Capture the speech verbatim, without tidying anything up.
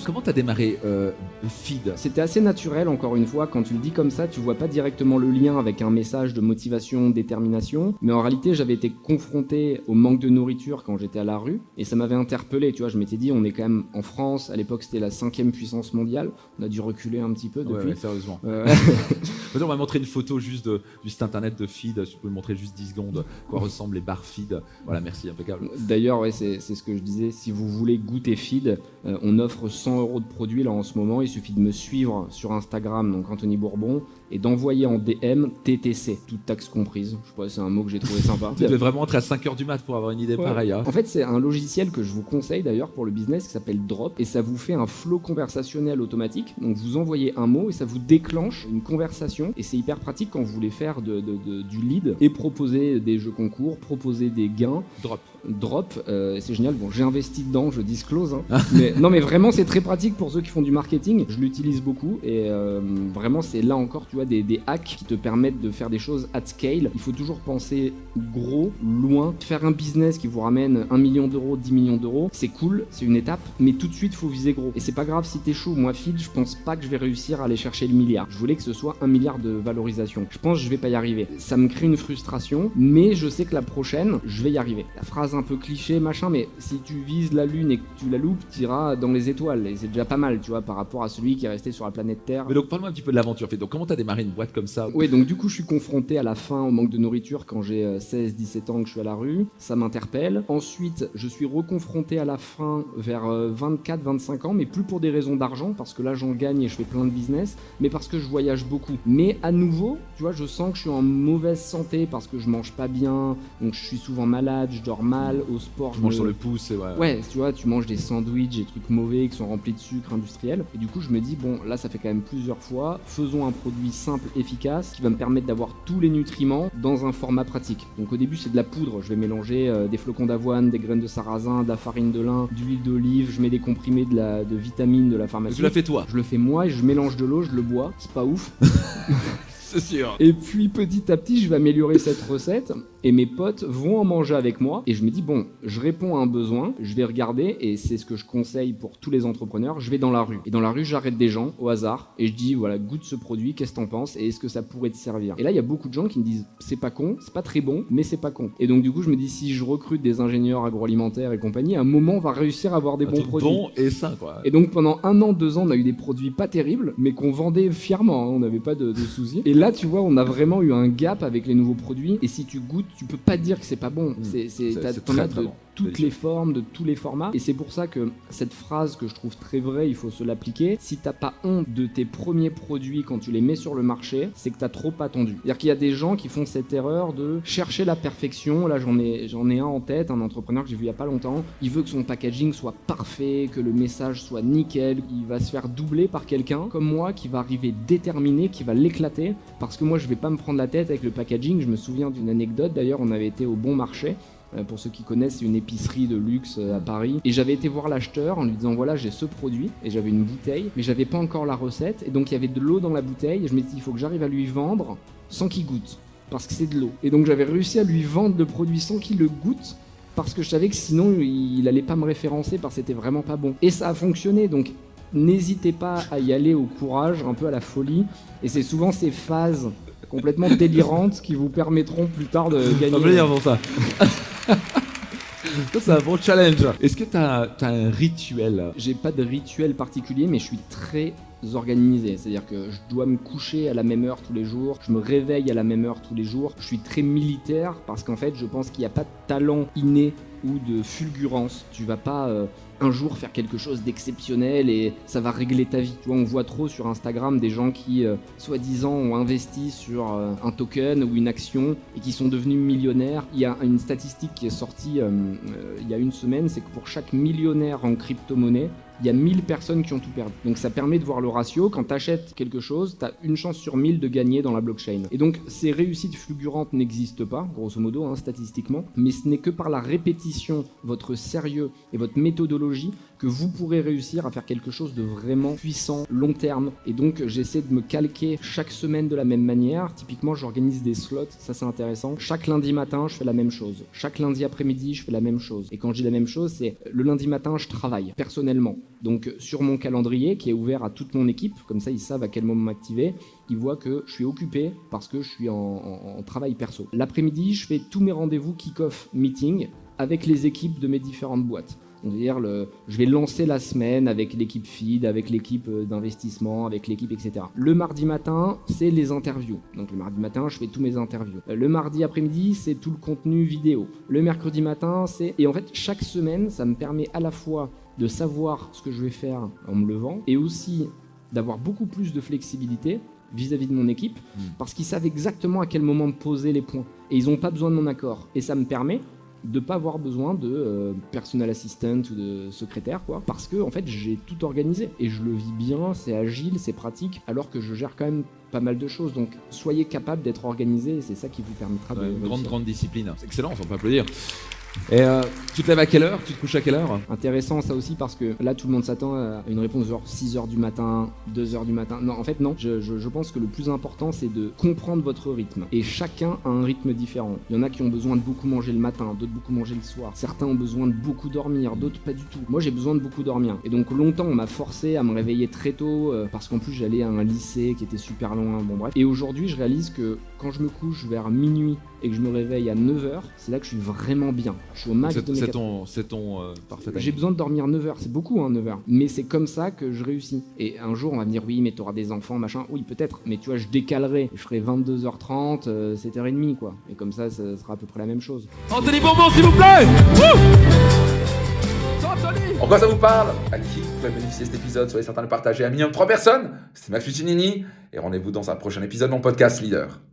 comment t'as démarré euh, Feed? C'était assez naturel, encore une fois, quand tu le dis comme ça, tu vois pas directement le lien avec un message de motivation, détermination, mais en réalité j'avais été confronté au manque de nourriture quand j'étais à la rue, et ça m'avait interpellé, tu vois, je m'étais dit on est quand même en France, à l'époque c'était la cinquième puissance mondiale, on a dû reculer un petit peu depuis. Ouais, ouais, sérieusement. Euh... on va montrer une photo juste de, du site internet de Feed, tu peux me montrer juste dix secondes quoi ressemblent les bars Feed. Voilà, merci, impeccable. D'ailleurs, ouais, c'est, c'est ce que je disais, si vous voulez goûter Feed, euh, on offre cent euros de produits là en ce moment, il suffit de me suivre sur Instagram, donc Anthony Bourbon, et d'envoyer en D M T T C, toute taxe comprise. Je sais pas, c'est un mot que j'ai trouvé sympa. Tu devais vraiment entrer à cinq heures du mat pour avoir une idée ouais. pareille. Hein. En fait, c'est un logiciel que je vous conseille d'ailleurs pour le business qui s'appelle Drop, et ça vous fait un flow conversationnel automatique. Donc vous envoyez un mot et ça vous déclenche une conversation, et c'est hyper pratique quand vous voulez faire de, de, de, du lead et proposer des jeux concours, proposer des gains. Drop. Drop, euh, c'est génial. Bon, j'ai investi dedans, je disclose. Hein. mais, non, mais vraiment, c'est très pratique pour ceux qui font du marketing. Je l'utilise beaucoup et euh, vraiment, c'est là encore, tu vois, des, des hacks qui te permettent de faire des choses at scale. Il faut toujours penser gros, loin. Faire un business qui vous ramène un million d'euros, dix millions d'euros, c'est cool, c'est une étape, mais tout de suite, il faut viser gros. Et c'est pas grave si t'échoues. Moi, Feed, je pense pas que je vais réussir à aller chercher le milliard. Je voulais que ce soit un milliard de valorisation. Je pense que je vais pas y arriver. Ça me crée une frustration, mais je sais que la prochaine, je vais y arriver. La phrase un peu cliché, machin, mais si tu vises la lune et que tu la loupes, tu iras dans les étoiles, et c'est déjà pas mal, tu vois, par rapport à celui qui est resté sur la planète Terre. Mais donc, parle-moi un petit peu de l'aventure. Donc, comment t'as démarré une boîte comme ça? Oui, donc du coup, je suis confronté à la faim, au manque de nourriture quand j'ai seize dix-sept ans que je suis à la rue. Ça m'interpelle. Ensuite, je suis reconfronté à la faim vers vingt-quatre vingt-cinq ans, mais plus pour des raisons d'argent, parce que là, j'en gagne et je fais plein de business, mais parce que je voyage beaucoup. Mais à nouveau, tu vois, je sens que je suis en mauvaise santé parce que je mange pas bien, donc je suis souvent malade, je dors mal, au sport, je mange me... sur le pouce, et ouais. Ouais, tu vois, tu manges des sandwichs, des trucs mauvais qui sont remplis de sucre industriel. Et du coup, je me dis, bon, là, ça fait quand même plusieurs fois. Faisons un produit simple, efficace, qui va me permettre d'avoir tous les nutriments dans un format pratique. Donc au début, c'est de la poudre. Je vais mélanger euh, des flocons d'avoine, des graines de sarrasin, de la farine de lin, d'huile d'olive. Je mets des comprimés de, la, de vitamines de la pharmacie. Tu l'as fait toi? Je le fais moi et je mélange de l'eau, je le bois. C'est pas ouf. C'est sûr. Et puis petit à petit, je vais améliorer cette recette et mes potes vont en manger avec moi. Et je me dis, bon, je réponds à un besoin, je vais regarder, et c'est ce que je conseille pour tous les entrepreneurs, je vais dans la rue. Et dans la rue, j'arrête des gens au hasard et je dis, voilà, goûte ce produit, qu'est-ce que t'en penses et est-ce que ça pourrait te servir? Et là, il y a beaucoup de gens qui me disent, c'est pas con, c'est pas très bon, mais c'est pas con. Et donc du coup, je me dis, si je recrute des ingénieurs agroalimentaires et compagnie, à un moment, on va réussir à avoir des un bons produits. Bon et sain, quoi. Et donc pendant un an, deux ans, on a eu des produits pas terribles, mais qu'on vendait fièrement, hein, on n'avait pas de, de soucis. Et là, tu vois, on a vraiment eu un gap avec les nouveaux produits. Et si tu goûtes, tu peux pas dire que c'est pas bon. Mmh. C'est, c'est, c'est, t'as, c'est t'en très, as très de bon. toutes les formes, de tous les formats. Et c'est pour ça que cette phrase que je trouve très vraie, il faut se l'appliquer. Si t'as pas honte de tes premiers produits quand tu les mets sur le marché, c'est que t'as trop attendu. C'est-à-dire qu'il y a des gens qui font cette erreur de chercher la perfection. Là, j'en ai, j'en ai un en tête, un entrepreneur que j'ai vu il y a pas longtemps. Il veut que son packaging soit parfait, que le message soit nickel. Il va se faire doubler par quelqu'un comme moi qui va arriver déterminé, qui va l'éclater. Parce que moi, je vais pas me prendre la tête avec le packaging. Je me souviens d'une anecdote. D'ailleurs, on avait été au Bon Marché. Pour ceux qui connaissent, c'est une épicerie de luxe à Paris. Et j'avais été voir l'acheteur en lui disant voilà, j'ai ce produit. Et j'avais une bouteille, mais j'avais pas encore la recette. Et donc il y avait de l'eau dans la bouteille. Et je me suis dit, il faut que j'arrive à lui vendre sans qu'il goûte. Parce que c'est de l'eau. Et donc j'avais réussi à lui vendre le produit sans qu'il le goûte. Parce que je savais que sinon, il allait pas me référencer parce que c'était vraiment pas bon. Et ça a fonctionné. Donc n'hésitez pas à y aller au courage, un peu à la folie. Et c'est souvent ces phases complètement délirantes qui vous permettront plus tard de gagner. On va dire pour ça. Ça, c'est un bon challenge. Est-ce que tu as un rituel? J'ai pas de rituel particulier, mais je suis très organisé. C'est-à-dire que je dois me coucher à la même heure tous les jours, je me réveille à la même heure tous les jours. Je suis très militaire parce qu'en fait, je pense qu'il n'y a pas de talent inné ou de fulgurance. Tu vas pas euh, un jour faire quelque chose d'exceptionnel et ça va régler ta vie. Tu vois, on voit trop sur Instagram des gens qui, euh, soi-disant, ont investi sur euh, un token ou une action et qui sont devenus millionnaires. Il y a une statistique qui est sortie euh, euh, il y a une semaine, c'est que pour chaque millionnaire en crypto-monnaie, il y a mille personnes qui ont tout perdu. Donc ça permet de voir le ratio. Quand tu achètes quelque chose, tu as une chance sur mille de gagner dans la blockchain. Et donc ces réussites fulgurantes n'existent pas, grosso modo, hein, statistiquement, mais ce n'est que par la répétition, votre sérieux et votre méthodologie que vous pourrez réussir à faire quelque chose de vraiment puissant, long terme. Et donc j'essaie de me calquer chaque semaine de la même manière. Typiquement, j'organise des slots, ça c'est intéressant. Chaque lundi matin, je fais la même chose. Chaque lundi après-midi, je fais la même chose. Et quand je dis la même chose, c'est le lundi matin, je travaille personnellement. Donc sur mon calendrier qui est ouvert à toute mon équipe, comme ça ils savent à quel moment m'activer, ils voient que je suis occupé parce que je suis en, en, en travail perso. L'après-midi, je fais tous mes rendez-vous kick-off meeting avec les équipes de mes différentes boîtes. C'est-à-dire, le, je vais lancer la semaine avec l'équipe feed, avec l'équipe d'investissement, avec l'équipe, et cetera. Le mardi matin, c'est les interviews. Donc le mardi matin, je fais tous mes interviews. Le mardi après-midi, c'est tout le contenu vidéo. Le mercredi matin, c'est... Et en fait, chaque semaine, ça me permet à la fois de savoir ce que je vais faire en me levant et aussi d'avoir beaucoup plus de flexibilité vis-à-vis de mon équipe mmh. parce qu'ils savent exactement à quel moment me poser les points. Et ils n'ont pas besoin de mon accord. Et ça me permet de pas avoir besoin de euh, personal assistant ou de secrétaire, quoi, parce que en fait j'ai tout organisé et je le vis bien, c'est agile, c'est pratique, alors que je gère quand même pas mal de choses. Donc soyez capable d'être organisé et c'est ça qui vous permettra ouais, de une grande grande discipline. C'est excellent, on peut applaudir. Et euh, tu te lèves à quelle heure? Tu te couches à quelle heure? Intéressant ça aussi parce que là tout le monde s'attend à une réponse genre six heures du matin, deux heures du matin. Non, en fait non, je, je, je pense que le plus important c'est de comprendre votre rythme. Et chacun a un rythme différent. Il y en a qui ont besoin de beaucoup manger le matin, d'autres beaucoup manger le soir. Certains ont besoin de beaucoup dormir, d'autres pas du tout. Moi j'ai besoin de beaucoup dormir. Et donc longtemps on m'a forcé à me réveiller très tôt euh, parce qu'en plus j'allais à un lycée qui était super loin, bon bref. Et aujourd'hui je réalise que quand je me couche vers minuit et que je me réveille à neuf heures, c'est là que je suis vraiment bien. Je suis au max de mes C'est ton, c'est ton euh, parfait timing. J'ai besoin de dormir neuf heures, c'est beaucoup hein, neuf heures. Mais c'est comme ça que je réussis. Et un jour on va me dire oui mais t'auras des enfants, machin. Oui peut-être, mais tu vois je décalerai. Je ferai vingt-deux heures trente, euh, sept heures trente quoi. Et comme ça, ça sera à peu près la même chose. Anthony Bourbon s'il vous plaît. En quoi ça vous parle? À qui pourrait bénéficier cet épisode? Soyez certain de le partager à un minimum de trois personnes. C'était Max Puccinini et rendez-vous dans un prochain épisode de mon podcast Leader.